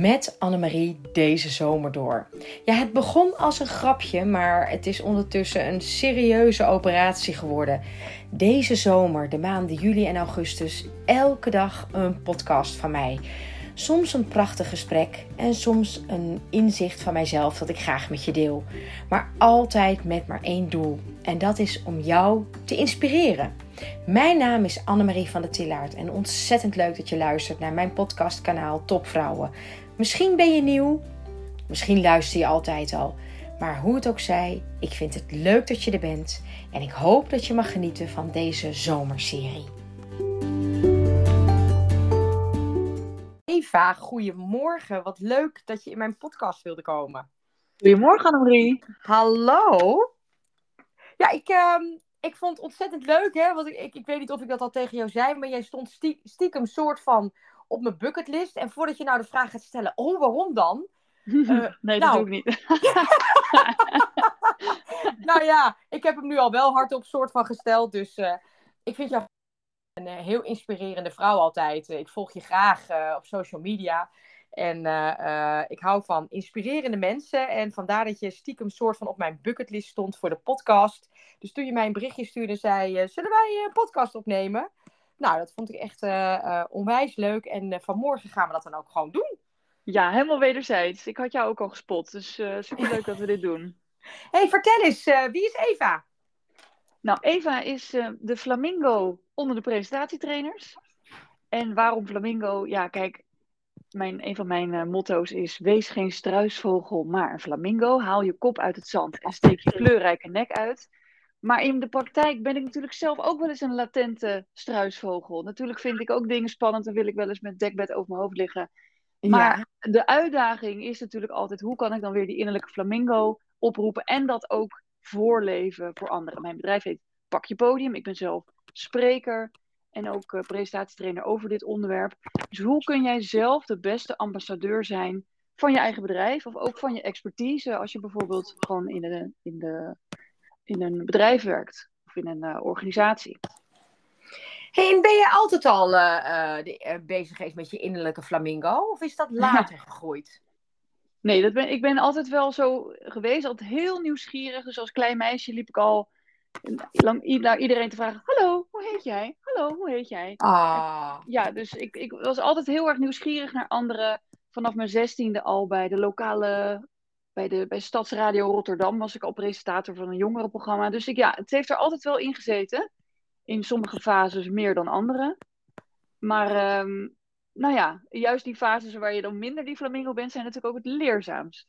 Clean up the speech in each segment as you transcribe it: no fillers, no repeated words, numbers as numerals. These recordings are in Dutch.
met Annemarie deze zomer door. Ja, het begon als een grapje, maar het is ondertussen een serieuze operatie geworden. Deze zomer, de maanden juli en augustus, elke dag een podcast van mij. Soms een prachtig gesprek en soms een inzicht van mijzelf dat ik graag met je deel. Maar altijd met maar één doel. En dat is om jou te inspireren. Mijn naam is Annemarie van der Tillaert en ontzettend leuk dat je luistert naar mijn podcastkanaal Topvrouwen. Misschien ben je nieuw, misschien luister je altijd al. Maar hoe het ook zij, ik vind het leuk dat je er bent. En ik hoop dat je mag genieten van deze zomerserie. Eva, goedemorgen. Wat leuk dat je in mijn podcast wilde komen. Goedemorgen Annemarie. Hallo. Ja, ik vond het ontzettend leuk, hè? Want ik weet niet of ik dat al tegen jou zei, maar jij stond stiekem soort van op mijn bucketlist. En voordat je nou de vraag gaat stellen, waarom dan? Nee, dat doe ik niet. Nou ja, ik heb hem nu al wel hardop soort van gesteld. Dus ik vind jou een heel inspirerende vrouw altijd. Ik volg je graag op social media. En ik hou van inspirerende mensen. En vandaar dat je stiekem soort van op mijn bucketlist stond voor de podcast. Dus toen je mij een berichtje stuurde en zei, zullen wij een podcast opnemen? Nou, dat vond ik echt onwijs leuk. En vanmorgen gaan we dat dan ook gewoon doen. Ja, helemaal wederzijds. Ik had jou ook al gespot, dus superleuk dat we dit doen. Hey, vertel eens, wie is Eva? Nou, Eva is de flamingo onder de presentatietrainers. En waarom flamingo? Ja, kijk, een van mijn motto's is: wees geen struisvogel, maar een flamingo. Haal je kop uit het zand en steek je kleurrijke nek uit. Maar in de praktijk ben ik natuurlijk zelf ook wel eens een latente struisvogel. Natuurlijk vind ik ook dingen spannend en wil ik wel eens met dekbed over mijn hoofd liggen. Maar de uitdaging is natuurlijk altijd: hoe kan ik dan weer die innerlijke flamingo oproepen en dat ook voorleven voor anderen? Mijn bedrijf heet Pak je Podium. Ik ben zelf spreker en ook presentatietrainer over dit onderwerp. Dus hoe kun jij zelf de beste ambassadeur zijn van je eigen bedrijf of ook van je expertise als je bijvoorbeeld gewoon in een bedrijf werkt of in een organisatie? Hey, en ben je altijd al bezig geweest met je innerlijke flamingo? Of is dat later gegroeid? Nee, ik ben altijd wel zo geweest. Altijd heel nieuwsgierig. Dus als klein meisje liep ik al naar iedereen te vragen: hallo, hoe heet jij? Hallo, hoe heet jij? Ah. Ja, dus ik was altijd heel erg nieuwsgierig naar anderen. Vanaf mijn 16e al bij de lokale... Bij Stadsradio Rotterdam was ik al presentator van een jongerenprogramma. Dus het heeft er altijd wel in gezeten. In sommige fases meer dan andere. Maar nou ja, juist die fases waar je dan minder die flamingo bent, zijn natuurlijk ook het leerzaamst.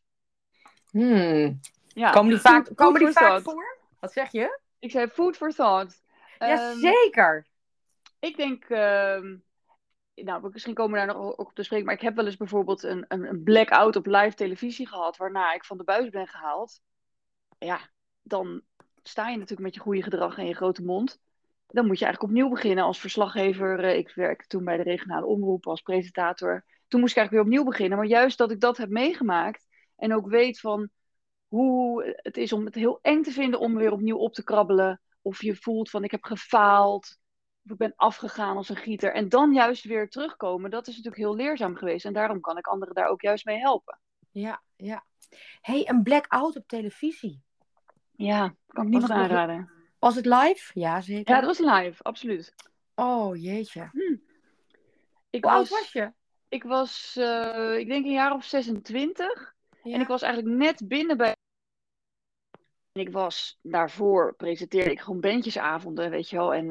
Ja. Komen die vaak voor? Wat zeg je? Ik zei food for thought. Jazeker. Ik denk, nou, misschien komen we daar nog ook op te spreken, maar ik heb wel eens bijvoorbeeld een blackout op live televisie gehad, waarna ik van de buis ben gehaald. Ja, dan sta je natuurlijk met je goede gedrag en je grote mond. Dan moet je eigenlijk opnieuw beginnen als verslaggever. Ik werkte toen bij de regionale omroep als presentator. Toen moest ik eigenlijk weer opnieuw beginnen. Maar juist dat ik dat heb meegemaakt en ook weet van hoe het is om het heel eng te vinden om weer opnieuw op te krabbelen. Of je voelt van ik heb gefaald. Of ik ben afgegaan als een gieter. En dan juist weer terugkomen. Dat is natuurlijk heel leerzaam geweest. En daarom kan ik anderen daar ook juist mee helpen. Ja. Hey, een blackout op televisie. Ja, kan ik niemand aanraden. Was het live? Ja, zeker. Ja, dat was live, absoluut. Oh, jeetje. Hoe oud was je? Ik was, ik denk een jaar of 26. Ja. En ik was eigenlijk net binnen bij... En ik was, daarvoor presenteerde ik gewoon bandjesavonden, weet je wel. En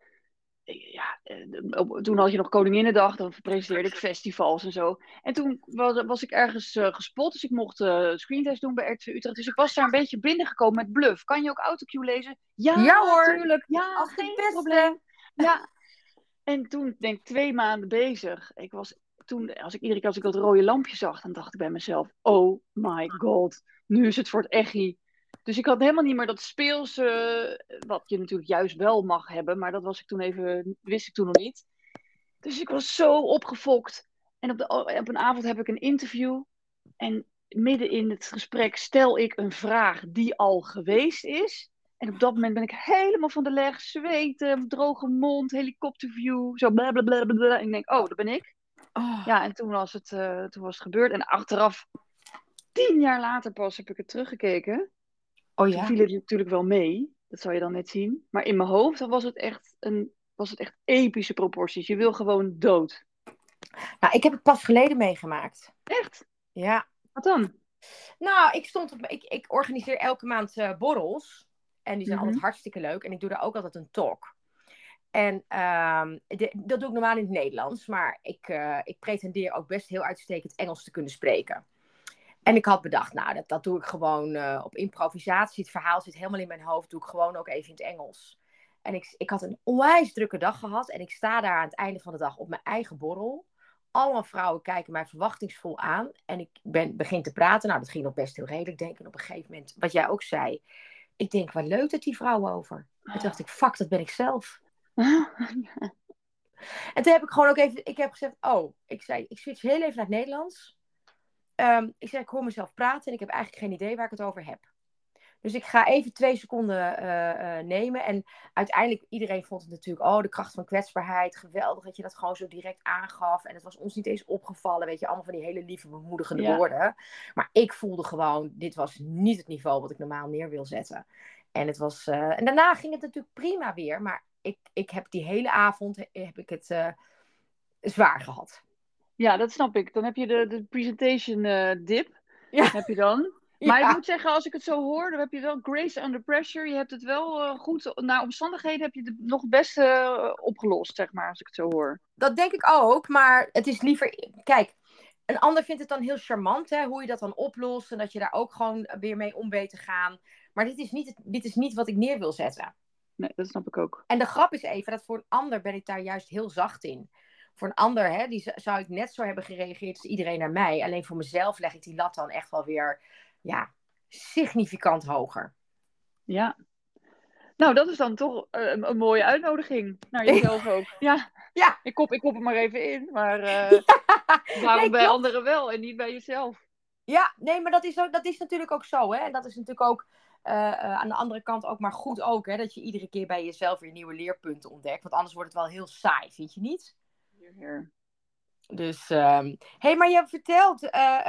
toen had je nog Koninginnedag, dan presenteerde ik festivals en zo. En toen was ik ergens gespot, dus ik mocht screentest doen bij RTV Utrecht. Dus ik was daar een beetje binnengekomen met bluff. Kan je ook autocue lezen? Ja hoor! Tuurlijk. Ja, geen probleem. Ja. En toen, denk ik, 2 maanden bezig. Als ik dat rode lampje zag, dan dacht ik bij mezelf: oh my god, nu is het voor het echi. Dus ik had helemaal niet meer dat speelse, wat je natuurlijk juist wel mag hebben, maar dat wist ik toen nog niet. Dus ik was zo opgefokt. En op een avond heb ik een interview. En midden in het gesprek stel ik een vraag die al geweest is. En op dat moment ben ik helemaal van de leg, zweten, droge mond, helikopterview, zo blablabla. En ik denk, oh, dat ben ik. Oh, Ja, en toen was het gebeurd. En achteraf, 10 jaar later pas, heb ik het teruggekeken. oh Toen ja. viel het natuurlijk wel mee. Dat zal je dan net zien. Maar in mijn hoofd dan was het echt epische proporties. Je wil gewoon dood. Nou, ik heb het pas geleden meegemaakt. Echt? Ja. Wat dan? Nou, ik organiseer elke maand borrels. En die zijn altijd Mhm. hartstikke leuk. En ik doe daar ook altijd een talk. En dat doe ik normaal in het Nederlands. Maar ik pretendeer ook best heel uitstekend Engels te kunnen spreken. En ik had bedacht, nou, dat doe ik gewoon op improvisatie. Het verhaal zit helemaal in mijn hoofd. Doe ik gewoon ook even in het Engels. En ik had een onwijs drukke dag gehad. En ik sta daar aan het einde van de dag op mijn eigen borrel. Allemaal vrouwen kijken mij verwachtingsvol aan. En ik begin te praten. Nou, dat ging nog best heel redelijk, denk ik. En op een gegeven moment, wat jij ook zei. Ik denk, waar leunt het die vrouwen over? En toen dacht ik, fuck, dat ben ik zelf. En toen heb ik gewoon ook even, ik heb gezegd, ik switch heel even naar het Nederlands. Ik zeg, ik hoor mezelf praten en ik heb eigenlijk geen idee waar ik het over heb. Dus ik ga even 2 seconden nemen. En uiteindelijk, iedereen vond het natuurlijk, de kracht van kwetsbaarheid. Geweldig dat je dat gewoon zo direct aangaf. En het was ons niet eens opgevallen, weet je, allemaal van die hele lieve, bemoedigende Ja, woorden. Maar ik voelde gewoon, dit was niet het niveau wat ik normaal neer wil zetten. En het was, en daarna ging het natuurlijk prima weer. Maar ik heb die hele avond, heb ik het zwaar gehad. ja, dat snap ik. Dan heb je de presentation dip. Ja, Heb je dan. Maar ik ja. moet zeggen, als ik het zo hoor, dan heb je wel grace under pressure. Je hebt het wel goed, naar omstandigheden heb je het nog het beste opgelost, zeg maar, als ik het zo hoor. Dat denk ik ook, maar het is liever. Kijk, een ander vindt het dan heel charmant, hè, hoe je dat dan oplost. En dat je daar ook gewoon weer mee om weet te gaan. Maar dit is niet wat ik neer wil zetten. Nee, dat snap ik ook. En de grap is even dat voor een ander ben ik daar juist heel zacht in. Voor een ander, hè, die zou ik net zo hebben gereageerd als iedereen naar mij. Alleen voor mezelf leg ik die lat dan echt wel weer, ja, significant hoger. Ja. Nou, dat is dan toch een mooie uitnodiging naar jezelf ook. Ja, Ja, ik kop het maar even in. Maar waarom nee, bij klopt. anderen wel en niet bij jezelf? Ja, nee, maar dat is natuurlijk ook zo, hè. En dat is natuurlijk ook aan de andere kant ook maar goed ook, hè. Dat je iedere keer bij jezelf weer nieuwe leerpunten ontdekt. Want anders wordt het wel heel saai, vind je niet? Hier, hier. Dus, hey, maar je vertelt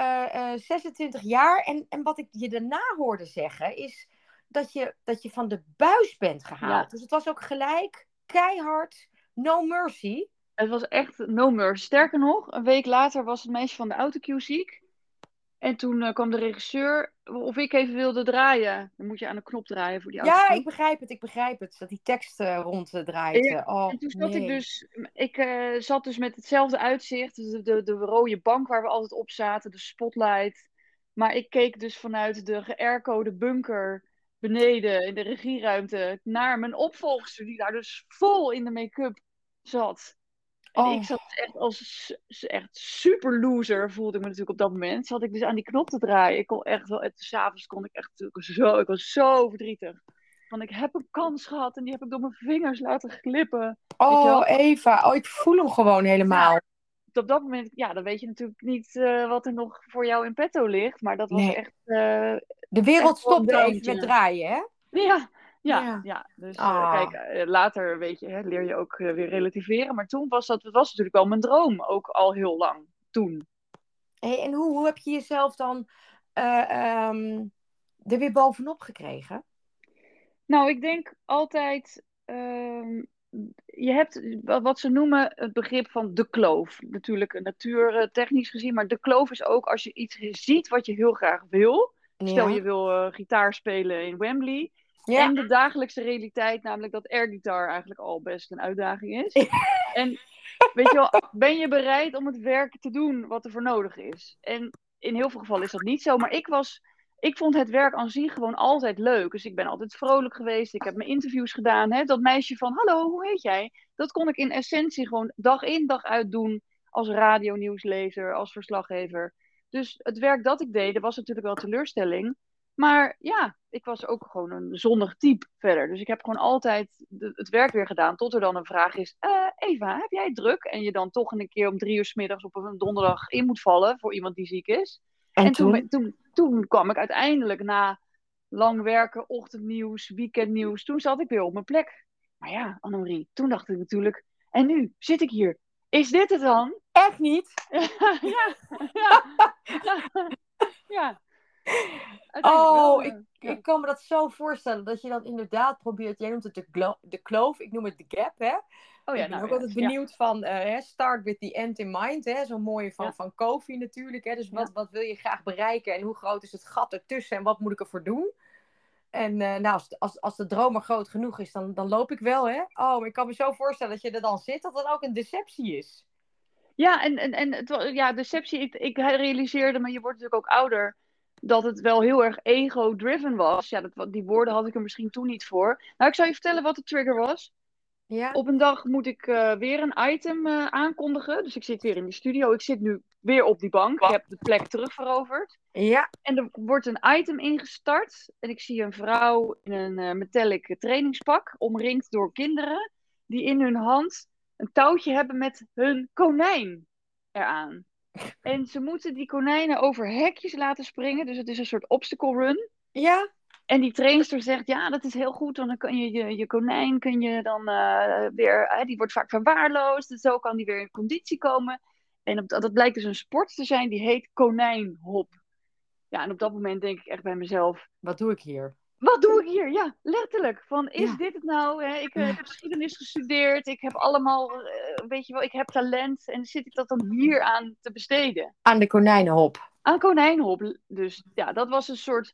26 jaar. En wat ik je daarna hoorde zeggen, is dat je van de buis bent gehaald. Ja, Dus het was ook gelijk keihard, no mercy. het was echt no mercy. Sterker nog, een week later was het meisje van de autocue ziek. En toen kwam de regisseur of ik even wilde draaien. Dan moet je aan de knop draaien voor die Ja, autocue. ik begrijp het. Dat die tekst ronddraait. En, Oh, en toen zat nee. ik zat dus met hetzelfde uitzicht. Dus de rode bank waar we altijd op zaten, de spotlight. Maar ik keek dus vanuit de geaircode bunker beneden in de regieruimte naar mijn opvolgster, die daar dus vol in de make-up zat. En ik Oh, zat dus echt als echt super loser, voelde ik me natuurlijk op dat moment. Zat ik dus aan die knop te draaien. Ik kon echt wel, 's avonds kon ik echt zo, ik was zo verdrietig. Want ik heb een kans gehad en die heb ik door mijn vingers laten glippen. Weet je oh, wel? Eva. Oh, ik voel hem gewoon Ja, helemaal. op dat moment, ja, dan weet je natuurlijk niet wat er nog voor jou in petto ligt. Maar dat was Nee, de echt wereld wel een stopte even met droontje. draaien, hè? Ja, ja, Ja. ja. Dus kijk, Ah. later weet je, hè, leer je ook weer relativeren. Maar toen het was natuurlijk wel mijn droom, ook al heel lang. Toen. Hey, en hoe heb je jezelf dan eh, ehm, er weer bovenop gekregen? Nou, ik denk altijd, je hebt wat ze noemen het begrip van de kloof. Natuurlijk natuurtechnisch gezien, maar de kloof is ook als je iets ziet wat je heel graag wil. Stel Ja. je wil gitaar spelen in Wembley. Ja. En de dagelijkse realiteit, namelijk dat airgitaar eigenlijk al best een uitdaging is. En weet je wel, ben je bereid om het werk te doen wat er voor nodig is? En in heel veel gevallen is dat niet zo, maar ik vond het werk aan zich gewoon altijd leuk. Dus ik ben altijd vrolijk geweest. Ik heb mijn interviews gedaan. Hè? Dat meisje van, hallo, hoe heet jij? Dat kon ik in essentie gewoon dag in, dag uit doen. Als radionieuwslezer, als verslaggever. Dus het werk dat ik deed, dat was natuurlijk wel teleurstelling. Maar ja, ik was ook gewoon een zonnig type verder. Dus ik heb gewoon altijd het werk weer gedaan. Tot er dan een vraag is: Eva, heb jij druk? En je dan toch een keer om 3 uur 's middags op een donderdag in moet vallen voor iemand die ziek is. En En toen? toen kwam ik uiteindelijk na lang werken, ochtendnieuws, weekendnieuws. Toen zat ik weer op mijn plek. Maar ja, Annemarie, toen dacht ik natuurlijk: en nu zit ik hier. Is dit het dan? Echt niet? Ja, ja, ja, ja, uiteindelijk wel. Oh, ik Ja. kan me dat zo voorstellen. Dat je dan inderdaad probeert. Jij noemt het de kloof. Ik noem het de gap, hè? Oh ja, Ik ben nou ook ja, altijd ja, benieuwd van. Start with the end in mind. Hè? Zo'n mooie ja, van Kofi natuurlijk. Hè? Dus ja. wat wil je graag bereiken? En hoe groot is het gat ertussen? En wat moet ik ervoor doen? En nou, als de droom maar groot genoeg is, dan loop ik wel, hè? Oh, maar ik kan me zo voorstellen dat je er dan zit. Dat dat ook een deceptie is. Ja, en ja, deceptie, ik realiseerde me, je wordt natuurlijk ook ouder, dat het wel heel erg ego-driven was. Ja, die woorden had ik er misschien toen niet voor. Nou, ik zal je vertellen wat de trigger was. Ja? Op een dag moet ik weer een item aankondigen. Dus ik zit weer in de studio. Ik zit nu weer op die bank. Ik heb de plek terugveroverd. Ja. En er wordt een item ingestart. En ik zie een vrouw in een metallic trainingspak, omringd door kinderen, die in hun hand een touwtje hebben met hun konijn eraan. En ze moeten die konijnen over hekjes laten springen. Dus het is een soort obstacle run. Ja? En die trainster zegt, ja, dat is heel goed, want dan kan je konijn kun je dan weer, die wordt vaak verwaarloosd, dus zo kan die weer in conditie komen. En dat blijkt dus een sport te zijn, die heet konijnhop. Ja, en op dat moment denk ik echt bij mezelf, Wat doe ik hier? wat doe ik hier? Ja, letterlijk. Van, is Ja. dit het nou? Hè? Ik heb geschiedenis gestudeerd, ik heb allemaal, weet je wel, ik heb talent. En zit ik dat dan hier aan te besteden? Aan de konijnenhop. Aan konijnhop. Dus ja, dat was een soort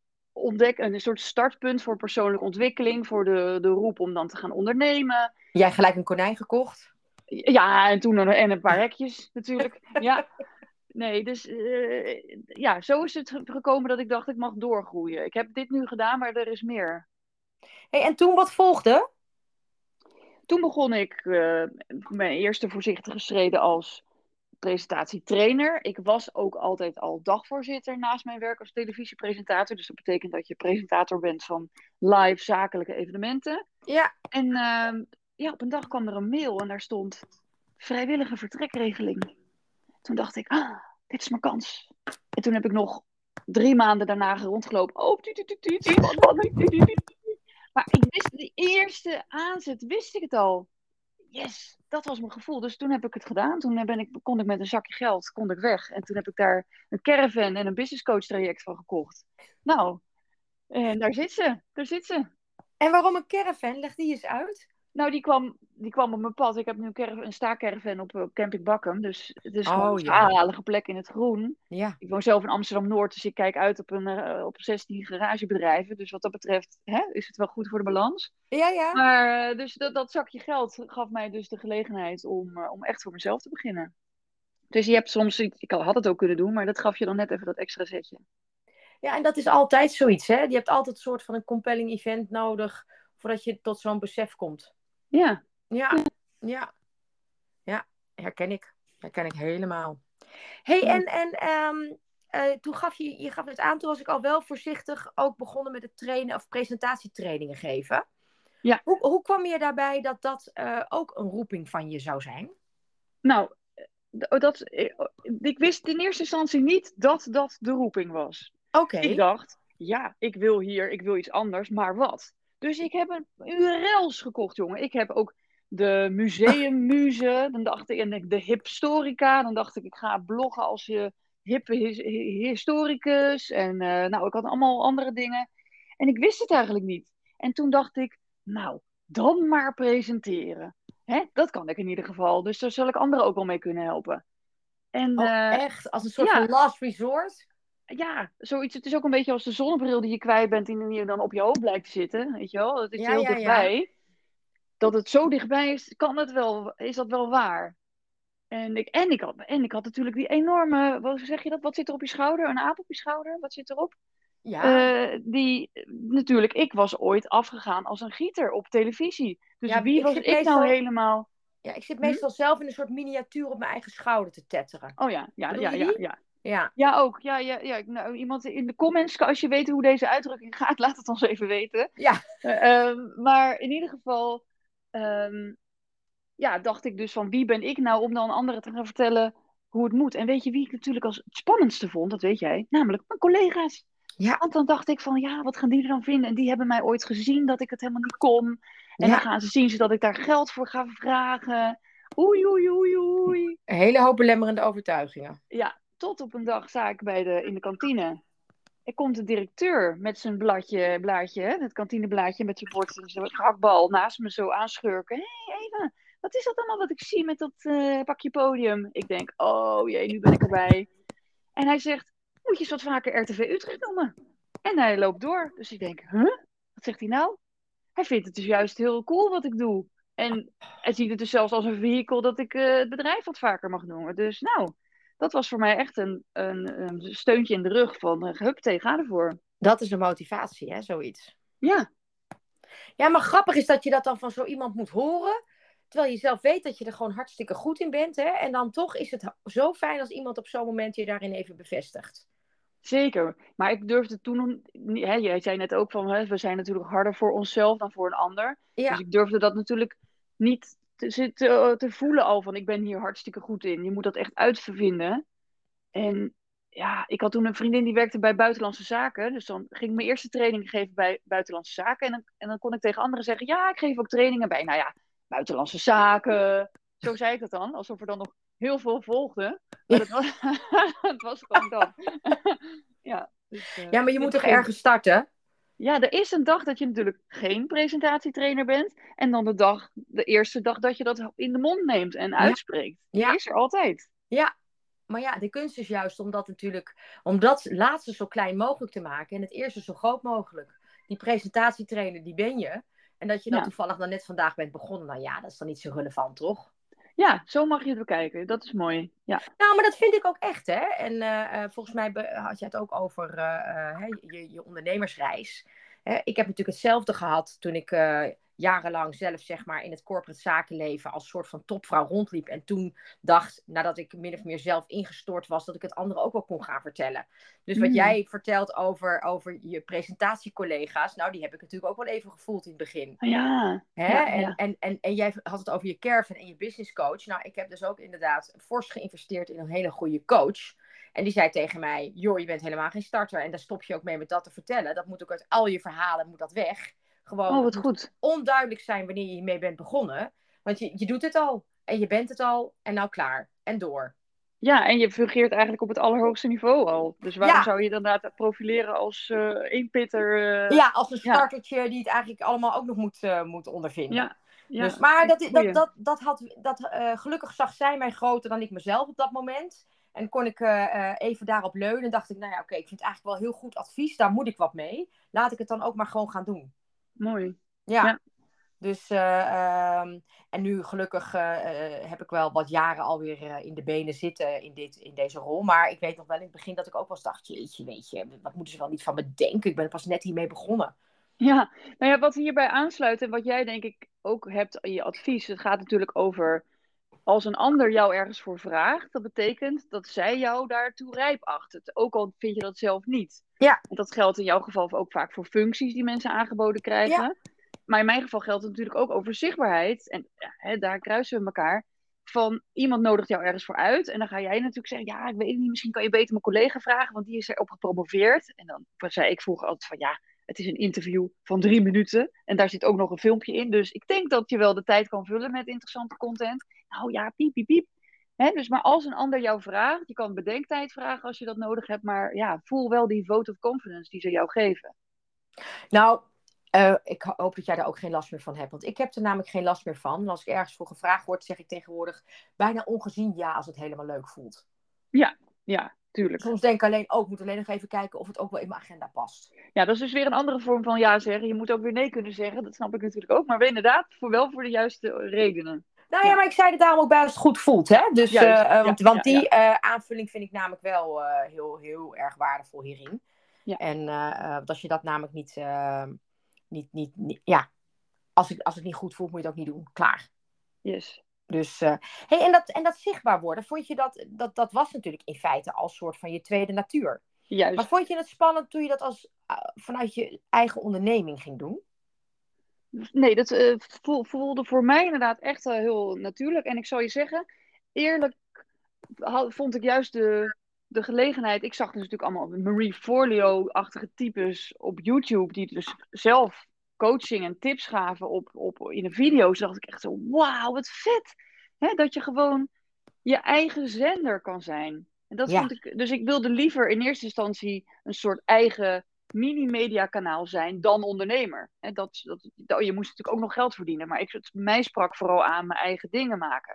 een soort startpunt voor persoonlijke ontwikkeling, voor de roep om dan te gaan ondernemen. Jij gelijk een konijn gekocht? Ja, en toen en een paar hekjes natuurlijk. Ja, nee, dus ja, zo is het gekomen dat ik dacht, ik mag doorgroeien. Ik heb dit nu gedaan, maar er is meer. Hey, en toen wat volgde? Toen begon ik mijn eerste voorzichtige schreden als presentatietrainer. Ik was ook altijd al dagvoorzitter naast mijn werk als televisiepresentator. Dus dat betekent dat je presentator bent van live zakelijke evenementen. Ja. En ja, op een dag kwam er een mail en daar stond vrijwillige vertrekregeling. Toen dacht ik, dit is mijn kans. En toen heb ik nog 3 maanden daarna rondgelopen. Oh, maar ik wist, de eerste aanzet wist ik het al. Yes, dat was mijn gevoel. Dus toen heb ik het gedaan. Toen kon ik met een zakje geld kon ik weg. En toen heb ik daar een caravan en een business coach traject van gekocht. Nou, en daar zit ze. Daar zit ze. En waarom een caravan? Leg die eens uit. Nou, die kwam op mijn pad. Ik heb nu een staakcaravan op Camping Bakkum. Dus het is gewoon Oh een ja. zalige plek in het groen. Ja. Ik woon zelf in Amsterdam-Noord, dus ik kijk uit op 16 garagebedrijven. Dus wat dat betreft is het wel goed voor de balans. Ja, ja. Maar dus dat zakje geld gaf mij dus de gelegenheid om echt voor mezelf te beginnen. Dus je hebt soms, ik had het ook kunnen doen, maar dat gaf je dan net even dat extra zetje. Ja, en dat is altijd zoiets, hè? Je hebt altijd een soort van een compelling event nodig voordat je tot zo'n besef komt. Ja. Ja, ja, ja, herken ik. Herken ik helemaal. Hey, toen je gaf het aan, toen was ik al wel voorzichtig ook begonnen met het trainen of presentatietrainingen geven. Ja. Hoe kwam je daarbij dat dat ook een roeping van je zou zijn? Nou, ik wist in eerste instantie niet dat dat de roeping was. Oké. Ik dacht, ja, ik wil iets anders, maar wat? Dus ik heb een URL's gekocht, jongen. Ik heb ook de museummuze, dan dacht ik, en de hipstorica. Dan dacht ik ga bloggen als je hippe historicus. En nou, ik had allemaal andere dingen. En ik wist het eigenlijk niet. En toen dacht ik, nou, dan maar presenteren. Hè? Dat kan ik in ieder geval. Dus daar zal ik anderen ook wel mee kunnen helpen. En Echt? Als een soort ja, van last resort? ja, zoiets. Het is ook een beetje als de zonnebril die je kwijt bent en die dan op je hoofd blijkt te zitten. Weet je wel? Dat is Ja, heel ja, ja. dichtbij. Dat het zo dichtbij is, is dat wel waar. En ik had natuurlijk die enorme, wat zeg je dat? Wat zit er op je schouder? Een aap op je schouder? Wat zit erop? Ja, Natuurlijk, ik was ooit afgegaan als een gieter op televisie. Dus ja, wie was ik nou helemaal? ik zit Hm? meestal zelf in een soort miniatuur op mijn eigen schouder te tetteren. Oh ja, Bedoel je die? ja. Ja. Ja, ook. Ja. Nou, iemand in de comments, als je weet hoe deze uitdrukking gaat, laat het ons even weten. Ja. Maar in ieder geval, ja, dacht ik dus van wie ben ik nou om dan anderen te gaan vertellen hoe het moet. En weet je wie ik natuurlijk als het spannendste vond, dat weet jij, namelijk mijn collega's. Ja. Want dan dacht ik van, ja, wat gaan die er dan vinden? En die hebben mij ooit gezien dat ik het helemaal niet kon. En dan Ja. gaan ze zien dat ik daar geld voor ga vragen. Oei, oei, oei, oei. Een hele hoop belemmerende overtuigingen. Ja, tot op een dag sta ik in de kantine. Er komt de directeur met zijn blaadje, hè, het kantineblaadje met zijn bord en zijn gehaktbal naast me zo aanschurken. Hé, hey, Eva, wat is dat allemaal wat ik zie met dat pakje podium? Ik denk, oh jee, nu ben ik erbij. En hij zegt, moet je eens wat vaker RTV Utrecht noemen? En hij loopt door. Dus ik denk, huh? Wat zegt hij nou? Hij vindt het dus juist heel cool wat ik doe. En hij ziet het dus zelfs als een vehikel dat ik het bedrijf wat vaker mag noemen. Dus nou, dat was voor mij echt een steuntje in de rug van, huppatee, ga ervoor. Dat is een motivatie, hè, zoiets. Ja, Ja, maar grappig is dat je dat dan van zo iemand moet horen. Terwijl je zelf weet dat je er gewoon hartstikke goed in bent. Hè? En dan toch is het zo fijn als iemand op zo'n moment je daarin even bevestigt. zeker. Maar ik durfde toen nog niet, hè, jij zei net ook van, hè, we zijn natuurlijk harder voor onszelf dan voor een ander. Dus Ja, ik durfde dat natuurlijk niet te voelen al van, ik ben hier hartstikke goed in. Je moet dat echt uitvinden. En ja, ik had toen een vriendin die werkte bij Buitenlandse Zaken. Dus dan ging ik mijn eerste training geven bij Buitenlandse Zaken. En dan kon ik tegen anderen zeggen, ja, ik geef ook trainingen bij, nou ja, Buitenlandse Zaken. Zo zei ik dat dan, alsof er dan nog heel veel volgde. Maar dat was, het was gewoon dat. Ja, dus ja, maar ik je moet vind toch geen... ergens starten? Ja, er is een dag dat je natuurlijk geen presentatietrainer bent. En dan de eerste dag dat je dat in de mond neemt en Ja, uitspreekt. Die ja, is er altijd. ja. Maar ja, de kunst is juist om dat laatste zo klein mogelijk te maken en het eerste zo groot mogelijk. Die presentatietrainer, die ben je. En dat je dan Ja. toevallig dan net vandaag bent begonnen, nou ja, dat is dan niet zo relevant, toch? Ja, zo mag je het bekijken. Dat is mooi. Ja. Nou, maar dat vind ik ook echt, hè. En volgens mij had je het ook over je ondernemersreis. Ik heb natuurlijk hetzelfde gehad toen ik jarenlang zelf, zeg maar, in het corporate zakenleven als soort van topvrouw rondliep. En toen dacht, nadat ik min of meer zelf ingestort was, dat ik het anderen ook wel kon gaan vertellen. Dus wat Mm. jij vertelt over je presentatiecollega's, nou, die heb ik natuurlijk ook wel even gevoeld in het begin. Ja, Hè? ja, En, ja. en, en, en jij had het over je caravan en je business coach. Nou, ik heb dus ook inderdaad fors geïnvesteerd in een hele goede coach. En die zei tegen mij, joh, je bent helemaal geen starter. En daar stop je ook mee met dat te vertellen. Dat moet ook uit al je verhalen, moet dat weg. Gewoon, Oh, het wat moet goed. onduidelijk zijn wanneer je hiermee bent begonnen. Want je doet het al. En je bent het al. En nou klaar. En door. Ja, en je fungeert eigenlijk op het allerhoogste niveau al. Dus waarom Ja, zou je dan inderdaad profileren als eenpitter? ja, als een Ja, startertje die het eigenlijk allemaal ook nog moet ondervinden. ja, Dus, ja. maar Goeie. gelukkig zag zij mij groter dan ik mezelf op dat moment. En kon ik even daarop leunen. En dacht ik, nou ja, oké, ik vind het eigenlijk wel heel goed advies. Daar moet ik wat mee. Laat ik het dan ook maar gewoon gaan doen. Mooi. Ja, Ja, dus en nu gelukkig heb ik wel wat jaren alweer in de benen zitten in deze rol. Maar ik weet nog wel in het begin dat ik ook wel eens dacht, jeetje, weet je, wat moeten ze wel niet van me denken? Ik ben er pas net hiermee begonnen. ja. Nou ja, wat hierbij aansluit en wat jij denk ik ook hebt in je advies. Het gaat natuurlijk over als een ander jou ergens voor vraagt. Dat betekent dat zij jou daartoe rijp acht. Ook al vind je dat zelf niet. Ja, En dat geldt in jouw geval ook vaak voor functies die mensen aangeboden ja, krijgen. Maar in mijn geval geldt het natuurlijk ook over zichtbaarheid. En ja, hè, daar kruisen we elkaar. Van iemand nodigt jou ergens voor uit. En dan ga jij natuurlijk zeggen: ja, ik weet het niet. Misschien kan je beter mijn collega vragen, want die is erop gepromoveerd. En dan zei ik vroeger altijd van ja. Het is een interview van 3 minuten. En daar zit ook nog een filmpje in. Dus ik denk dat je wel de tijd kan vullen met interessante content. Nou ja, piep, piep, piep. Hè, dus maar als een ander jou vraagt, je kan bedenktijd vragen als je dat nodig hebt. Maar ja, voel wel die vote of confidence die ze jou geven. nou, ik hoop dat jij daar ook geen last meer van hebt. Want ik heb er namelijk geen last meer van. En als ik ergens voor gevraagd word, zeg ik tegenwoordig bijna ongezien ja als het helemaal leuk voelt. Ja, ja, tuurlijk. Soms denk ik alleen, oh, ik moet alleen nog even kijken of het ook wel in mijn agenda past. Ja, dat is dus weer een andere vorm van ja zeggen. Je moet ook weer nee kunnen zeggen. Dat snap ik natuurlijk ook. Maar inderdaad, wel voor de juiste redenen. Nou ja, Ja, maar ik zei het daarom ook bij als het goed voelt. Hè? Dus, juist. Ja, want ja, ja. die aanvulling vind ik namelijk wel heel, heel erg waardevol hierin. Ja, En als je dat namelijk niet ja, als het niet goed voelt, moet je het ook niet doen. Klaar. yes. Dus, hey, en dat zichtbaar worden, vond je dat was natuurlijk in feite als soort van je tweede natuur. Maar Juist. vond je het spannend toen je dat vanuit je eigen onderneming ging doen? Nee, dat voelde voor mij inderdaad echt heel natuurlijk. En ik zal je zeggen, eerlijk vond ik juist de gelegenheid. Ik zag dus natuurlijk allemaal Marie Forleo-achtige types op YouTube, die dus zelf coaching en tips gaven in een video. Dus dacht ik echt zo, wauw, wat vet. Hè, dat je gewoon je eigen zender kan zijn. En dat Ja. vond ik. Dus ik wilde liever in eerste instantie een soort eigen mini-media-kanaal zijn dan ondernemer. En je moest natuurlijk ook nog geld verdienen, maar mij sprak vooral aan mijn eigen dingen maken.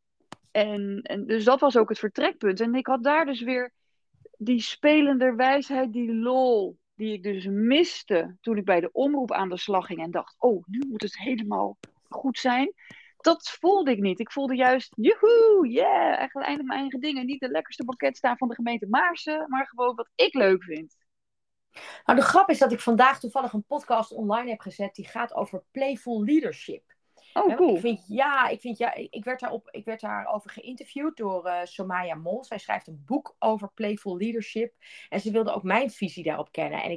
En dus dat was ook het vertrekpunt. En ik had daar dus weer die spelenderwijsheid, die lol, die ik dus miste toen ik bij de omroep aan de slag ging en dacht, oh, nu moet het helemaal goed zijn. Dat voelde ik niet. Ik voelde juist, joehoe, yeah, echt eindelijk mijn eigen dingen. Niet de lekkerste pakket staan van de gemeente Maarsen, maar gewoon wat ik leuk vind. Nou, de grap is dat ik vandaag toevallig een podcast online heb gezet die gaat over playful leadership. Oh, cool. Ik werd daarover geïnterviewd door Somaya Mol. Zij schrijft een boek over playful leadership. En ze wilde ook mijn visie daarop kennen. En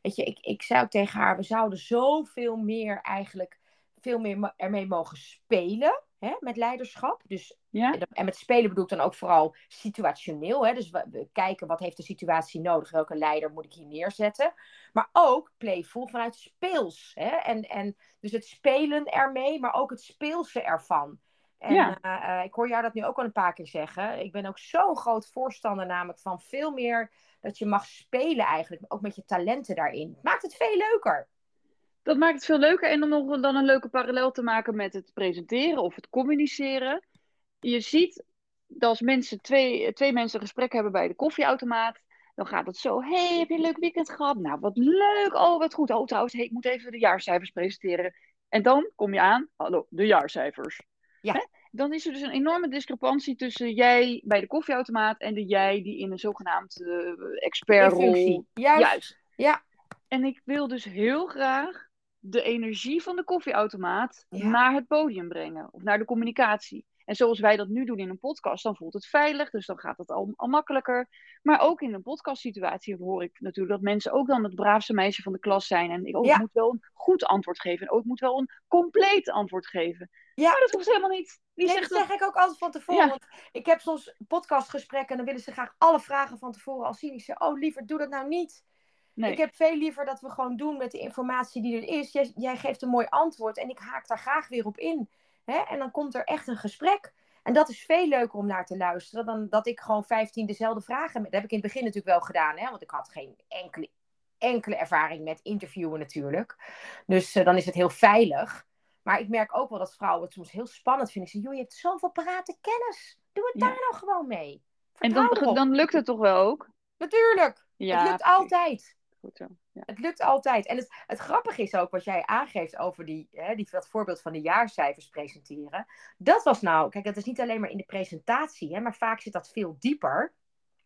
ik zei ook tegen haar, we zouden zoveel meer eigenlijk, veel meer ermee mogen spelen. Hè, met leiderschap. Dus, Ja? en met spelen bedoel ik dan ook vooral situationeel. Hè? Dus we kijken wat heeft de situatie nodig. Welke leider moet ik hier neerzetten. Maar ook playful vanuit speels. Hè? En dus het spelen ermee, maar ook het speelse ervan. En Ja. ik hoor jou dat nu ook al een paar keer zeggen. Ik ben ook zo'n groot voorstander namelijk van veel meer dat je mag spelen eigenlijk. Ook met je talenten daarin. Het maakt het veel leuker. Dat maakt het veel leuker. En om nog dan een leuke parallel te maken met het presenteren of het communiceren. Je ziet dat als twee mensen een gesprek hebben bij de koffieautomaat, dan gaat het zo, hey, heb je een leuk weekend gehad? Nou, wat leuk. Oh, wat goed. Oh, trouwens, hey, ik moet even de jaarcijfers presenteren. En dan kom je aan, hallo, de jaarcijfers. Ja. Hè? Dan is er dus een enorme discrepantie tussen jij bij de koffieautomaat en de jij die in een zogenaamd expertrol. Juist. Ja. En ik wil dus heel graag de energie van de koffieautomaat Ja. naar het podium brengen. Of naar de communicatie. En zoals wij dat nu doen in een podcast, dan voelt het veilig. Dus dan gaat het al makkelijker. Maar ook in een podcastsituatie hoor ik natuurlijk dat mensen ook dan het braafste meisje van de klas zijn. En ik moet wel een goed antwoord geven. En ik moet wel een compleet antwoord geven. Ja. Maar dat hoeft helemaal niet. Dat zeg ik ook altijd van tevoren. Ja. Want ik heb soms podcastgesprekken en dan willen ze graag alle vragen van tevoren al zien. Ik zeg, oh liever, doe dat nou niet. Nee. Ik heb veel liever dat we gewoon doen met de informatie die er is. Jij geeft een mooi antwoord en ik haak daar graag weer op in. Hè? En dan komt er echt een gesprek. En dat is veel leuker om naar te luisteren dan dat ik gewoon 15 dezelfde vragen... Dat heb ik in het begin natuurlijk wel gedaan. Hè? Want ik had geen enkele ervaring met interviewen natuurlijk. Dus dan is het heel veilig. Maar ik merk ook wel dat vrouwen het soms heel spannend vinden. Ik zeg, joh, je hebt zoveel parate kennis. Doe het daar nou gewoon mee. Vertrouw en dan lukt het toch wel ook? Natuurlijk. Ja, het lukt altijd. Goed zo. Ja. Het lukt altijd. En het grappige is ook wat jij aangeeft over dat voorbeeld van de jaarcijfers presenteren. Dat was nou, kijk, dat is niet alleen maar in de presentatie, hè, maar vaak zit dat veel dieper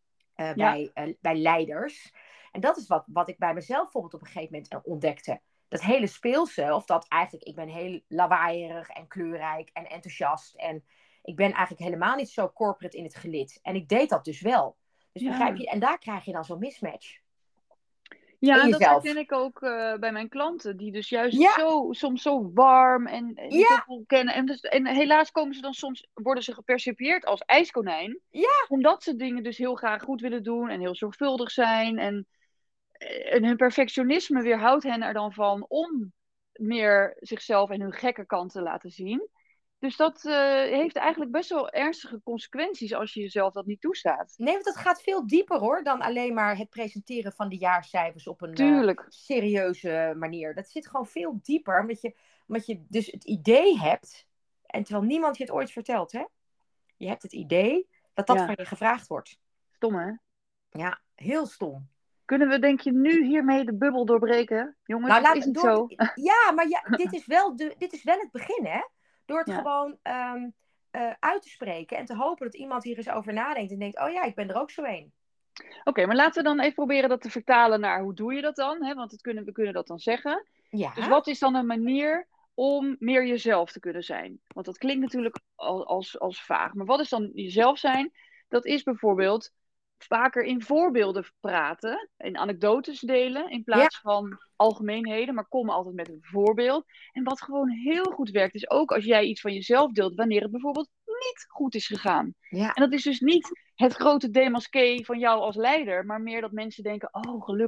bij leiders. En dat is wat ik bij mezelf bijvoorbeeld op een gegeven moment ontdekte. Dat hele speelse, of dat eigenlijk, ik ben heel lawaaierig en kleurrijk en enthousiast. En ik ben eigenlijk helemaal niet zo corporate in het gelid. En ik deed dat dus wel. Dus begrijp je, en daar krijg je dan zo'n mismatch. Ja, dat herken ik ook bij mijn klanten. Die dus juist soms zo warm en niet zoveel kennen. En helaas worden ze gepercipieerd als ijskonijn. Ja. Omdat ze dingen dus heel graag goed willen doen en heel zorgvuldig zijn. En hun perfectionisme weerhoudt hen er dan van om meer zichzelf en hun gekke kant te laten zien. Dus dat heeft eigenlijk best wel ernstige consequenties als je jezelf dat niet toestaat. Nee, want het gaat veel dieper hoor dan alleen maar het presenteren van de jaarcijfers op een serieuze manier. Dat zit gewoon veel dieper, omdat je dus het idee hebt, en terwijl niemand je het ooit vertelt, hè? Je hebt het idee dat van je gevraagd wordt. Stom, hè? Ja, heel stom. Kunnen we, denk je, nu hiermee de bubbel doorbreken? Jongens, dat is niet zo. Ja, maar dit is wel het begin, hè? Door het gewoon uit te spreken en te hopen dat iemand hier eens over nadenkt en denkt, oh ja, ik ben er ook zo een. Oké, maar laten we dan even proberen dat te vertalen naar hoe doe je dat dan? Hè? Want we kunnen dat dan zeggen. Ja. Dus wat is dan een manier om meer jezelf te kunnen zijn? Want dat klinkt natuurlijk als vaag. Maar wat is dan jezelf zijn? Dat is bijvoorbeeld vaker in voorbeelden praten, in anekdotes delen, in plaats van algemeenheden, maar kom altijd met een voorbeeld. En wat gewoon heel goed werkt, is ook als jij iets van jezelf deelt, wanneer het bijvoorbeeld niet goed is gegaan. Ja. En dat is dus niet het grote démasqué van jou als leider, maar meer dat mensen denken, oh gelukkig,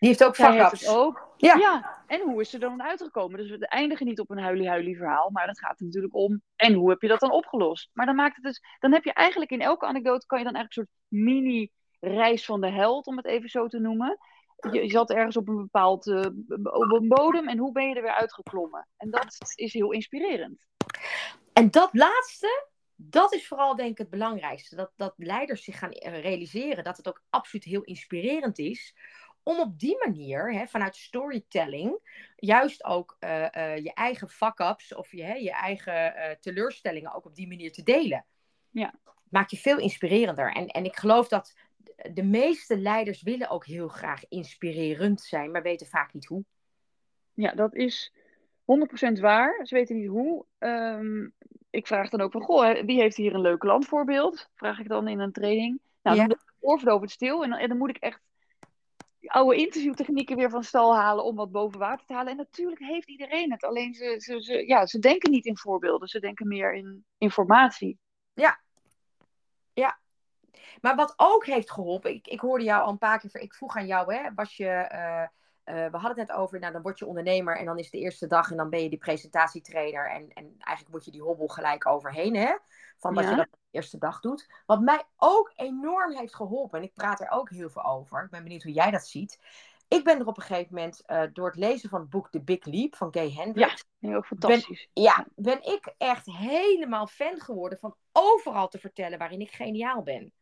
Die heeft ook Zij heeft het fuck-ups. ook. Ja. Ja, en hoe is ze er dan uitgekomen? Dus we eindigen niet op een huilie-huilie verhaal, maar het gaat er natuurlijk om. En hoe heb je dat dan opgelost? Maar dan maakt het dus, dan heb je eigenlijk in elke anekdote kan je dan eigenlijk een soort mini-reis van de held, om het even zo te noemen. Je zat ergens op een bepaald op een bodem en hoe ben je er weer uitgeklommen? En dat is heel inspirerend. En dat laatste, dat is vooral denk ik het belangrijkste. Dat leiders zich gaan realiseren dat het ook absoluut heel inspirerend is. Om op die manier, vanuit storytelling, juist ook je eigen fuck-ups of je eigen teleurstellingen ook op die manier te delen. Ja. Maakt je veel inspirerender. En ik geloof dat de meeste leiders willen ook heel graag inspirerend zijn, maar weten vaak niet hoe. Ja, dat is 100% waar. Ze weten niet hoe. Ik vraag dan ook van, goh, wie heeft hier een leuk landvoorbeeld? Vraag ik dan in een training. Nou, dan Ja. blijf ik oorverdovend stil. En dan moet ik echt oude interviewtechnieken weer van stal halen om wat boven water te halen. En natuurlijk heeft iedereen het. Alleen ze denken niet in voorbeelden. Ze denken meer in informatie. Ja, ja. Maar wat ook heeft geholpen, ik hoorde jou al een paar keer, ik vroeg aan jou, was je, we hadden het net over, nou dan word je ondernemer en dan is het de eerste dag en dan ben je die presentatietrainer en eigenlijk moet je die hobbel gelijk overheen, van dat je dat de eerste dag doet. Wat mij ook enorm heeft geholpen, en ik praat er ook heel veel over, ik ben benieuwd hoe jij dat ziet. Ik ben er op een gegeven moment, door het lezen van het boek The Big Leap van Gay Hendricks, Ja, heel fantastisch. ben ik echt helemaal fan geworden van overal te vertellen waarin ik geniaal ben.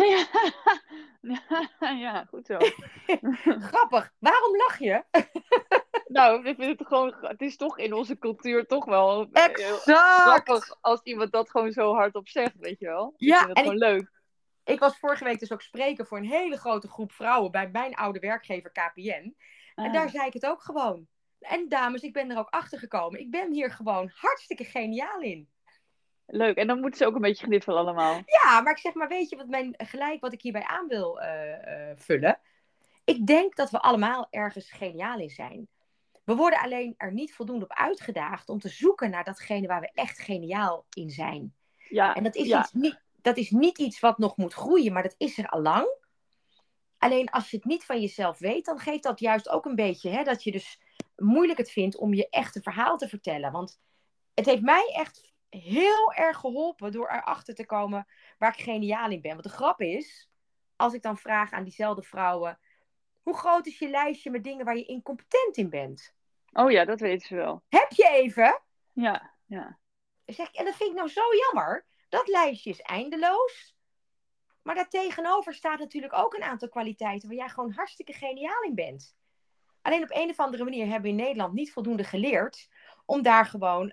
Ja, goed zo. Grappig. Waarom lach je? Nou, ik vind het gewoon, het is toch in onze cultuur toch wel heel Exact. grappig als iemand dat gewoon zo hardop zegt, weet je wel. Ik Ja, vind het en gewoon leuk. ik was vorige week dus ook spreker voor een hele grote groep vrouwen bij mijn oude werkgever KPN. En daar zei ik het ook gewoon. En dames, ik ben er ook achter gekomen. Ik ben hier gewoon hartstikke geniaal in. Leuk. En dan moeten ze ook een beetje gniffelen allemaal. Ja, maar ik zeg maar, weet je wat ik hierbij aan wil vullen? Ik denk dat we allemaal ergens geniaal in zijn. We worden alleen er niet voldoende op uitgedaagd om te zoeken naar datgene waar we echt geniaal in zijn. Ja, En dat is niet iets wat nog moet groeien, maar dat is er al lang. Alleen als je het niet van jezelf weet, dan geeft dat juist ook een beetje dat je dus moeilijk het vindt om je echte verhaal te vertellen. Want het heeft mij echt heel erg geholpen door erachter te komen waar ik geniaal in ben. Want de grap is, als ik dan vraag aan diezelfde vrouwen, hoe groot is je lijstje met dingen waar je incompetent in bent? Oh ja, dat weten ze wel. Heb je even? Ja. Zeg ik, en dat vind ik nou zo jammer. Dat lijstje is eindeloos. Maar daartegenover staat natuurlijk ook een aantal kwaliteiten waar jij gewoon hartstikke geniaal in bent. Alleen op een of andere manier hebben we in Nederland niet voldoende geleerd om daar gewoon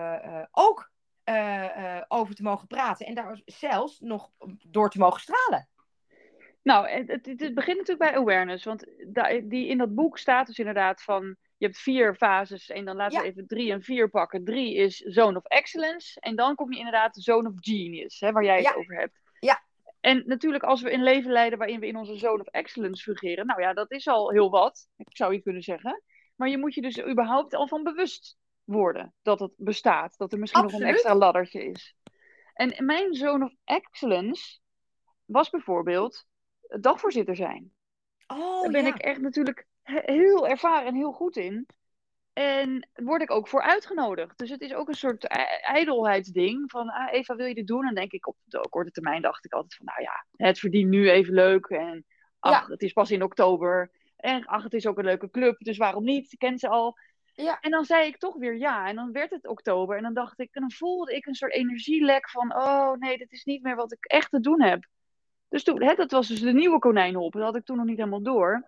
ook over te mogen praten. En daar zelfs nog door te mogen stralen. Nou, het begint natuurlijk bij awareness. Want in dat boek staat dus inderdaad van, je hebt 4 fases en dan laten we even 3 en 4 pakken. 3 is Zone of Excellence en dan kom je inderdaad de Zone of Genius, waar jij het over hebt. Ja. En natuurlijk als we een leven leiden waarin we in onze Zone of Excellence fungeren, nou ja, dat is al heel wat, zou je kunnen zeggen. Maar je moet je dus überhaupt al van bewust worden dat het bestaat. Dat er misschien nog een extra laddertje is. En mijn Zone of Excellence was bijvoorbeeld dagvoorzitter zijn. Daar ben ik echt natuurlijk heel ervaren en heel goed in. En word ik ook voor uitgenodigd. Dus het is ook een soort ijdelheidsding. Van, Eva, wil je dit doen? En denk ik op de korte termijn dacht ik altijd van, nou ja, het verdient nu even leuk. En ach, het is pas in oktober. En ach, het is ook een leuke club. Dus waarom niet? Ik ken ze al. Ja. En dan zei ik toch weer ja. En dan werd het oktober. En dan dacht ik, en dan voelde ik een soort energielek van, oh nee, dit is niet meer wat ik echt te doen heb. Dus toen, dat was dus de nieuwe konijnenhop. Dat had ik toen nog niet helemaal door.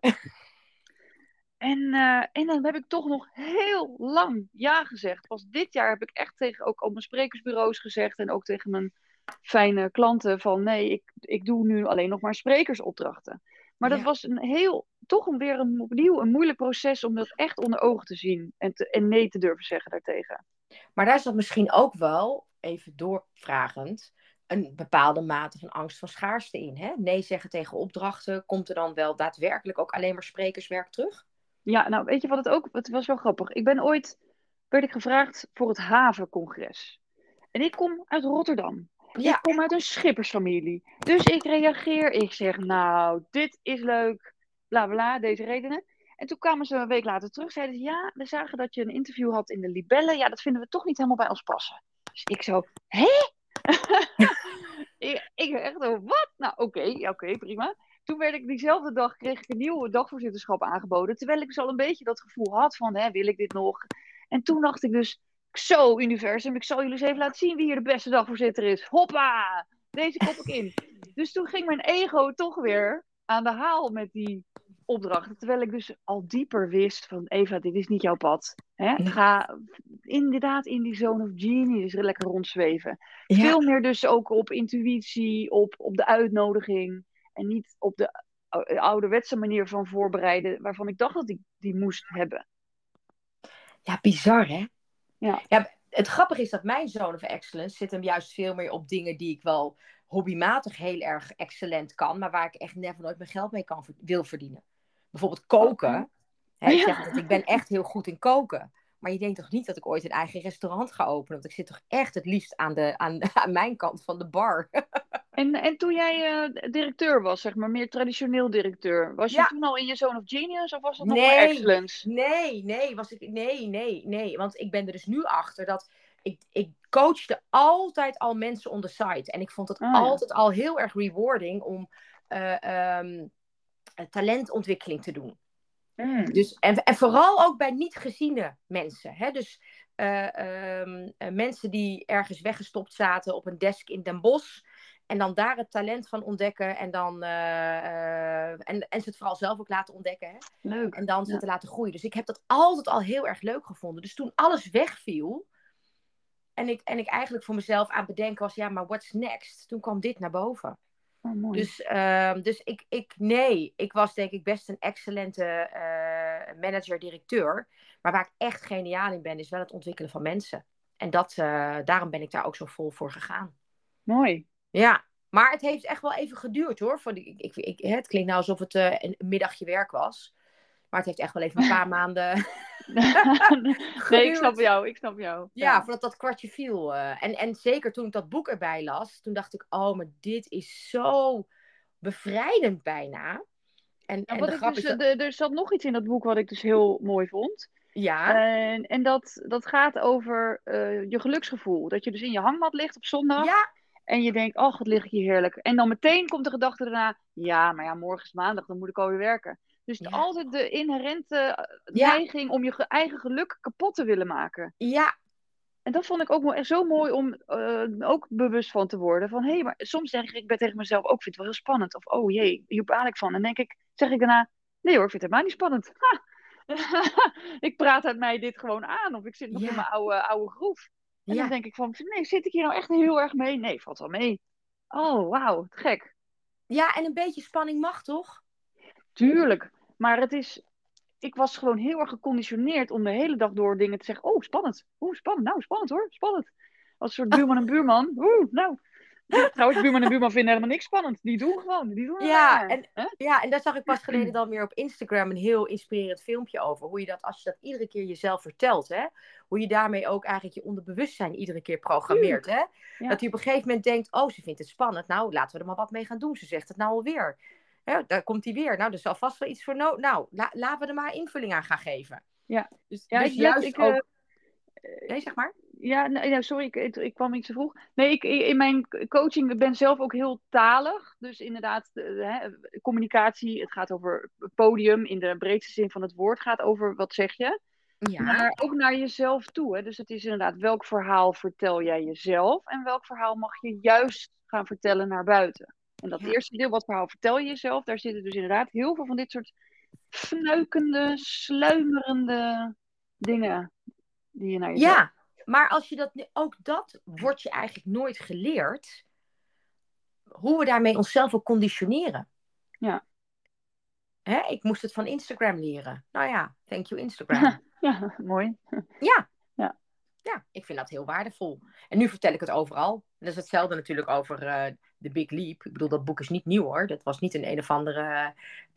En dan heb ik toch nog heel lang ja gezegd. Pas dit jaar heb ik echt tegen ook op mijn sprekersbureaus gezegd. En ook tegen mijn fijne klanten van nee, ik doe nu alleen nog maar sprekersopdrachten. Maar dat was weer opnieuw een moeilijk proces om dat echt onder ogen te zien. En nee te durven zeggen daartegen. Maar daar zat misschien ook wel, even doorvragend, een bepaalde mate van angst van schaarste in. Hè? Nee zeggen tegen opdrachten. Komt er dan wel daadwerkelijk ook alleen maar sprekerswerk terug? Ja, nou weet je wat het was wel grappig. Werd ik gevraagd voor het havencongres. En ik kom uit Rotterdam. Ja. Ik kom uit een schippersfamilie. Dus ik reageer, ik zeg nou, dit is leuk, bla bla, deze redenen. En toen kwamen ze een week later terug. Zeiden ze, ja, we zagen dat je een interview had in de Libelle. Ja, dat vinden we toch niet helemaal bij ons passen. Dus ik zo, hé? ik echt zo, wat? Nou, oké, prima. Toen werd ik diezelfde dag, kreeg ik een nieuw dagvoorzitterschap aangeboden. Terwijl ik dus al een beetje dat gevoel had van, wil ik dit nog? En toen dacht ik dus, zo universum, ik zal jullie eens even laten zien wie hier de beste dagvoorzitter is. Hoppa! Deze kop ik in. Dus toen ging mijn ego toch weer aan de haal met die opdrachten. Terwijl ik dus al dieper wist van, Eva, dit is niet jouw pad. Ga inderdaad in die zone of genius lekker rondzweven. Ja. Veel meer dus ook op intuïtie, op de uitnodiging. En niet op de ouderwetse manier van voorbereiden, waarvan ik dacht dat ik die moest hebben. Ja, bizar hè? Ja. Ja, het grappige is dat mijn zone of excellence zit hem juist veel meer op dingen die ik wel hobbymatig heel erg excellent kan, maar waar ik echt never nooit mijn geld mee wil verdienen. Bijvoorbeeld koken. Ik zeg altijd, ik ben echt heel goed in koken. Maar je denkt toch niet dat ik ooit een eigen restaurant ga openen? Want ik zit toch echt het liefst aan mijn kant van de bar. En toen jij directeur was, zeg maar, meer traditioneel directeur, was je toen al in je zone of genius of was dat nog meer excellence? Nee. Want ik ben er dus nu achter dat ik coachte altijd al mensen on the side. En ik vond het altijd al heel erg rewarding om talentontwikkeling te doen. Dus, en vooral ook bij niet geziene mensen. Hè? Dus mensen die ergens weggestopt zaten op een desk in Den Bosch. En dan daar het talent van ontdekken. En dan en ze het vooral zelf ook laten ontdekken. Hè? Leuk. En dan ze te laten groeien. Dus ik heb dat altijd al heel erg leuk gevonden. Dus toen alles wegviel. En ik eigenlijk voor mezelf aan het bedenken was. Ja, maar what's next? Toen kwam dit naar boven. Oh, mooi. Dus ik was denk ik best een excellente manager-directeur. Maar waar ik echt geniaal in ben, is wel het ontwikkelen van mensen. En daarom ben ik daar ook zo vol voor gegaan. Mooi. Ja, maar het heeft echt wel even geduurd hoor. Het klinkt nou alsof het een middagje werk was. Maar het heeft echt wel even een paar maanden Nee, ik snap jou. Ja, voordat dat kwartje viel. En zeker toen ik dat boek erbij las, toen dacht ik, oh, maar dit is zo bevrijdend bijna. Er zat nog iets in dat boek wat ik dus heel mooi vond. Ja. En dat gaat over je geluksgevoel. Dat je dus in je hangmat ligt op zondag. Ja. En je denkt, oh, wat lig ik hier heerlijk. En dan meteen komt de gedachte daarna, ja, maar ja, morgen is maandag, dan moet ik alweer werken. Dus altijd de inherente neiging om je eigen geluk kapot te willen maken. Ja. En dat vond ik ook echt zo mooi om ook bewust van te worden. Van, hé, maar soms zeg ik tegen mezelf ook, ik vind het wel heel spannend. Of, oh jee, hier baal ik van. En zeg ik daarna, nee hoor, ik vind het helemaal niet spannend. Ik praat uit mij dit gewoon aan. Of ik zit nog in mijn oude groef. En dan denk ik van, nee, zit ik hier nou echt heel erg mee? Nee, valt wel mee. Oh, wauw, gek. Ja, en een beetje spanning mag toch? Tuurlijk. Maar ik was gewoon heel erg geconditioneerd om de hele dag door dingen te zeggen. Oh, spannend. Oeh, spannend. Nou, spannend hoor. Spannend. Als een soort buurman en buurman. Oeh, nou. Trouwens, buurman en buurman vinden helemaal niks spannend. Die doen gewoon. Die doen en daar zag ik pas geleden dan weer op Instagram een heel inspirerend filmpje over. Hoe je dat, als je dat iedere keer jezelf vertelt, hè, hoe je daarmee ook eigenlijk je onderbewustzijn iedere keer programmeert. Hè? Ja. Dat je op een gegeven moment denkt, oh, ze vindt het spannend. Nou, laten we er maar wat mee gaan doen. Ze zegt het nou alweer. Ja, daar komt hij weer. Nou, er zal vast wel iets voor nodig. Nou, laten we er maar invulling aan gaan geven. Ja. Dus juist ook... Nee, zeg maar. Ja, nee, sorry, ik kwam niet zo vroeg. Nee, in mijn coaching ben zelf ook heel talig. Dus inderdaad, communicatie, het gaat over podium in de breedste zin van het woord. Gaat over wat zeg je. Ja. Maar ook naar jezelf toe. Hè? Dus het is inderdaad, welk verhaal vertel jij jezelf? En welk verhaal mag je juist gaan vertellen naar buiten? En dat eerste deel, wat verhaal vertel je jezelf? Daar zitten dus inderdaad heel veel van dit soort fnuikende, sluimerende dingen die je naar jezelf... Ja, maar als je dat wordt je eigenlijk nooit geleerd. Hoe we daarmee onszelf ook conditioneren. Ja. Hè? Ik moest het van Instagram leren. Nou ja, thank you Instagram. Ja, mooi. Ja, ik vind dat heel waardevol. En nu vertel ik het overal. En dat is hetzelfde natuurlijk over The Big Leap. Ik bedoel, dat boek is niet nieuw hoor. Dat was niet een of andere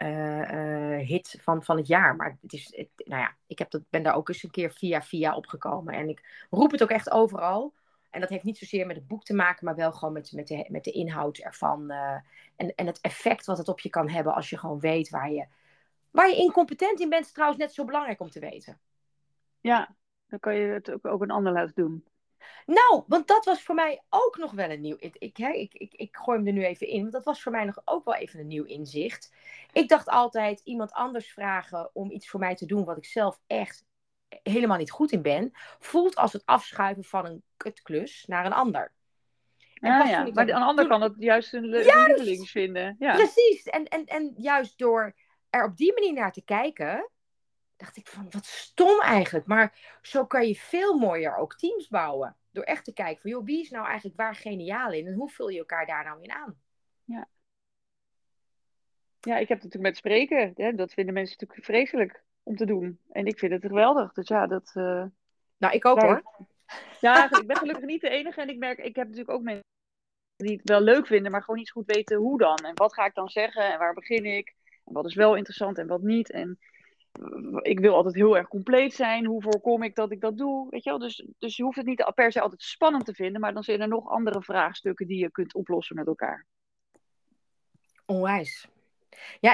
hit van het jaar. Maar ik ben daar ook eens een keer via opgekomen. En ik roep het ook echt overal. En dat heeft niet zozeer met het boek te maken, maar wel gewoon met de inhoud ervan. En het effect wat het op je kan hebben als je gewoon weet Waar je incompetent in bent is trouwens net zo belangrijk om te weten. Ja, dan kan je het ook een ander laten doen. Nou, want dat was voor mij ook nog wel een nieuw... Ik gooi hem er nu even in, want dat was voor mij nog ook wel even een nieuw inzicht. Ik dacht altijd iemand anders vragen om iets voor mij te doen wat ik zelf echt helemaal niet goed in ben, voelt als het afschuiven van een kutklus naar een ander. En pas toen ik Maar dat... aan de andere kan het juist een lievelings vinden. Ja. Precies. En juist door er op die manier naar te kijken, dacht ik van, wat stom eigenlijk. Maar zo kan je veel mooier ook teams bouwen. Door echt te kijken van, joh, wie is nou eigenlijk waar geniaal in? En hoe vul je elkaar daar nou in aan? Ja. Ja, ik heb het natuurlijk met spreken. Hè? Dat vinden mensen natuurlijk vreselijk om te doen. En ik vind het geweldig. Dus ja, dat... Nou, ik ook hoor. Ja, ik ben gelukkig niet de enige. En ik heb natuurlijk ook mensen die het wel leuk vinden, maar gewoon niet zo goed weten hoe dan. En wat ga ik dan zeggen? En waar begin ik? En wat is wel interessant en wat niet? En ik wil altijd heel erg compleet zijn. Hoe voorkom ik dat dat doe? Weet je wel? Dus je hoeft het niet per se altijd spannend te vinden, maar dan zijn er nog andere vraagstukken die je kunt oplossen met elkaar. Onwijs. Ja,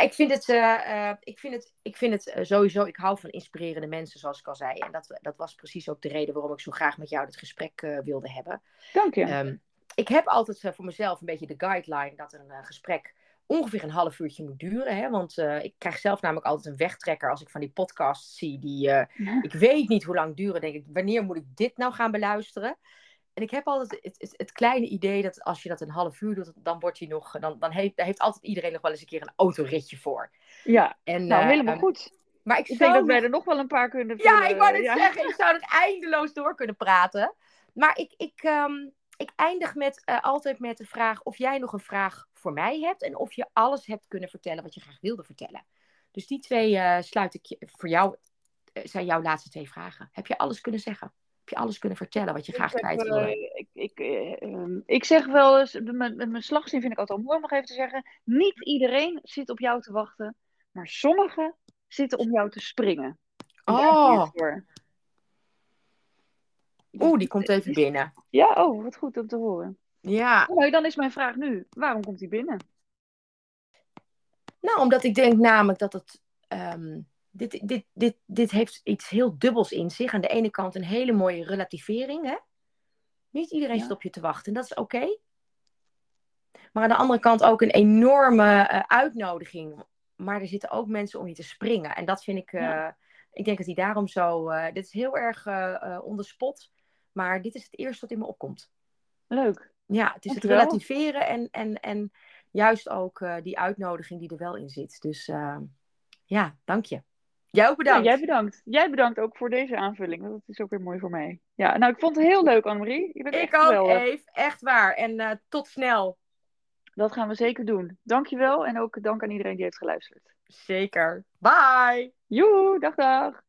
ik vind het sowieso, ik hou van inspirerende mensen, zoals ik al zei. En dat was precies ook de reden waarom ik zo graag met jou dit gesprek wilde hebben. Dank je. Ik heb altijd voor mezelf een beetje de guideline dat een gesprek ongeveer een half uurtje moet duren. Hè? Want ik krijg zelf namelijk altijd een wegtrekker als ik van die podcasts zie die ik weet niet hoe lang duren. Denk ik, wanneer moet ik dit nou gaan beluisteren? En ik heb altijd het kleine idee dat als je dat een half uur doet, dan wordt hij nog, dan heeft altijd iedereen nog wel eens een keer een autoritje voor. Ja, en, nou helemaal goed. Maar ik denk dat wij er nog wel een paar kunnen vullen. Ja, ik wou net zeggen, ik zou er eindeloos door kunnen praten. Maar ik eindig altijd met de vraag of jij nog een vraag voor mij hebt en of je alles hebt kunnen vertellen wat je graag wilde vertellen. Dus die twee sluit ik voor jou, zijn jouw laatste twee vragen. Heb je alles kunnen zeggen? Heb je alles kunnen vertellen wat je graag kwijt wilde? Ik zeg wel eens, met mijn slagzin vind ik altijd al mooi om nog even te zeggen. Niet iedereen zit op jou te wachten, maar sommigen zitten om jou te springen. Oh. Die komt even binnen. Ja, wat goed om te horen. Ja. Nou, dan is mijn vraag nu, waarom komt hij binnen? Nou, omdat ik denk namelijk dat het... Dit heeft iets heel dubbels in zich. Aan de ene kant een hele mooie relativering. Hè? Niet iedereen zit op je te wachten. En dat is oké. Maar aan de andere kant ook een enorme uitnodiging. Maar er zitten ook mensen om je te springen. En dat vind ik... Ik denk dat hij daarom zo... dit is heel erg on the spot. Maar dit is het eerste wat in me opkomt. Leuk. Ja, het is het relativeren en juist ook die uitnodiging die er wel in zit. Dus ja, dank je. Jij ook bedankt. Ja, jij bedankt. Jij bedankt ook voor deze aanvulling. Dat is ook weer mooi voor mij. Ja, nou, ik vond het heel leuk, Annemarie. Je bent echt geweldig. Ik ook, Eve. Echt waar. En tot snel. Dat gaan we zeker doen. Dankjewel en ook dank aan iedereen die heeft geluisterd. Zeker. Bye. Joe, dag.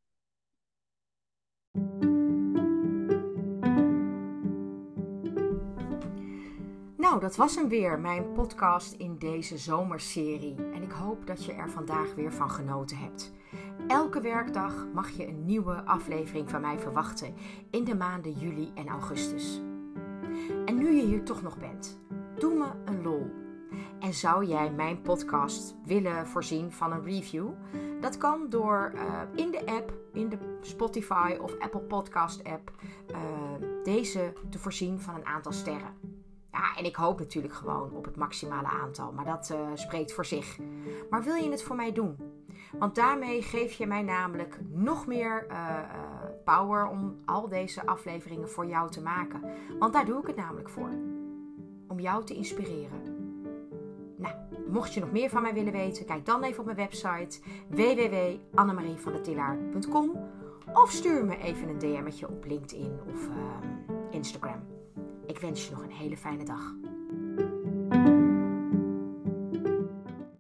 Nou, dat was hem weer, mijn podcast in deze zomerserie. En ik hoop dat je er vandaag weer van genoten hebt. Elke werkdag mag je een nieuwe aflevering van mij verwachten in de maanden juli en augustus. En nu je hier toch nog bent, doe me een lol. En zou jij mijn podcast willen voorzien van een review? Dat kan door in de app, in de Spotify of Apple Podcast app, deze te voorzien van een aantal sterren. Ja, en ik hoop natuurlijk gewoon op het maximale aantal, maar dat spreekt voor zich. Maar wil je het voor mij doen? Want daarmee geef je mij namelijk nog meer power om al deze afleveringen voor jou te maken. Want daar doe ik het namelijk voor. Om jou te inspireren. Nou, mocht je nog meer van mij willen weten, kijk dan even op mijn website www.annemarievandetillaert.com of stuur me even een DM'tje op LinkedIn of Instagram. Ik wens je nog een hele fijne dag.